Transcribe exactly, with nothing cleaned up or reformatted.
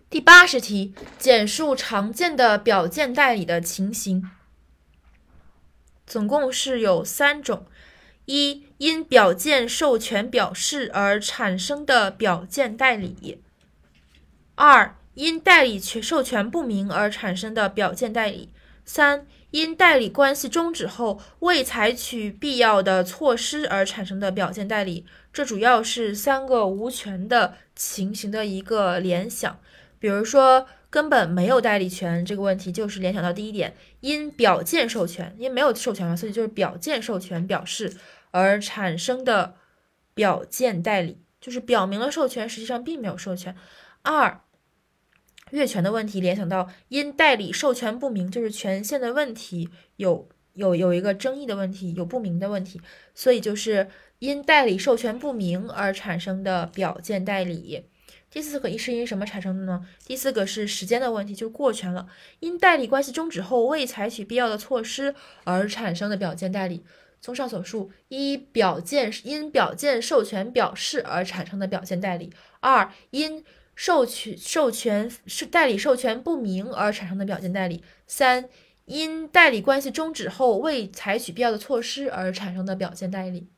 第八十题，简述常见的表见代理的情形。总共是有三种：一、因表见授权表示而产生的表见代理；二、因代理授权不明而产生的表见代理；三、因代理关系终止后未采取必要的措施而产生的表见代理。这主要是三个无权的情形的一个联想。比如说根本没有代理权这个问题，就是联想到第一点，因表见授权，因为没有授权嘛，所以就是表见授权表示而产生的表见代理，就是表明了授权，实际上并没有授权。二、越权的问题联想到因代理授权不明，就是权限的问题有有有一个争议的问题，有不明的问题，所以就是因代理授权不明而产生的表见代理。第四个是因什么产生的呢？第四个是时间的问题，就过权了。因代理关系终止后未采取必要的措施而产生的表见代理。综上所述，一、表见因表见授权表示而产生的表见代理；二、因授权授权代理授权不明而产生的表见代理；三、因代理关系终止后未采取必要的措施而产生的表见代理。